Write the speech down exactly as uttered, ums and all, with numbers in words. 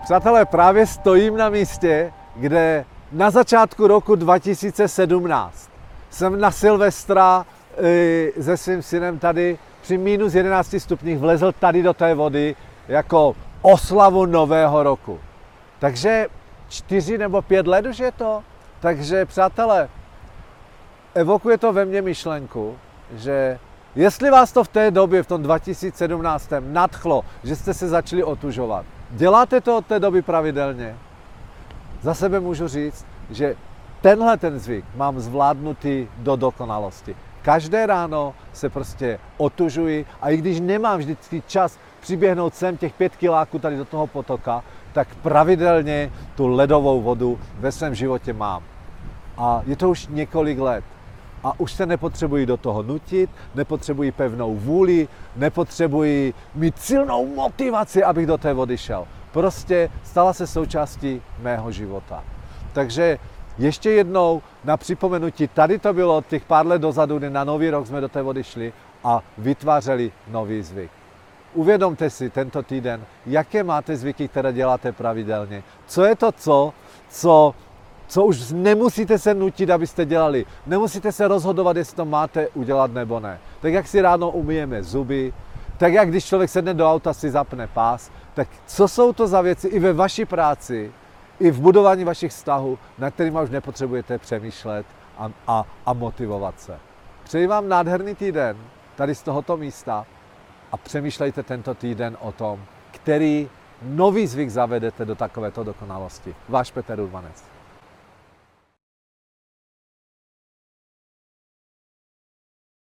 Přátelé, právě stojím na místě, kde na začátku roku dva tisíce sedmnáct jsem na Silvestra e, se svým synem tady při minus jedenácti stupních vlezl tady do té vody jako oslavu nového roku. Takže čtyři nebo pět let už je to. Takže přátelé, evokuje to ve mně myšlenku, že jestli vás to v té době, v tom dva tisíce sedmnáct nadchlo, že jste se začali otužovat, děláte to od té doby pravidelně? Za sebe můžu říct, že tenhle ten zvyk mám zvládnutý do dokonalosti. Každé ráno se prostě otužuji a i když nemám vždycky čas přiběhnout sem těch pět kiláků tady do toho potoka, tak pravidelně tu ledovou vodu ve svém životě mám. A je to už několik let. A už se nepotřebuji do toho nutit, nepotřebuji pevnou vůli, nepotřebuji mít silnou motivaci, abych do té vody šel. Prostě stala se součástí mého života. Takže ještě jednou na připomenutí, tady to bylo těch pár let dozadu, kdy na Nový rok jsme do té vody šli a vytvářeli nový zvyk. Uvědomte si tento týden, jaké máte zvyky, které děláte pravidelně. Co je to, co, co, co už nemusíte se nutit, abyste dělali. Nemusíte se rozhodovat, jestli to máte udělat nebo ne. Tak jak si ráno umyjeme zuby, tak jak když člověk sedne do auta, si zapne pás, tak co jsou to za věci i ve vaší práci, i v budování vašich vztahů, na kterými už nepotřebujete přemýšlet a, a, a motivovat se. Přeji vám nádherný týden tady z tohoto místa a přemýšlejte tento týden o tom, který nový zvyk zavedete do takovéto dokonalosti. Váš Petr Urbanec.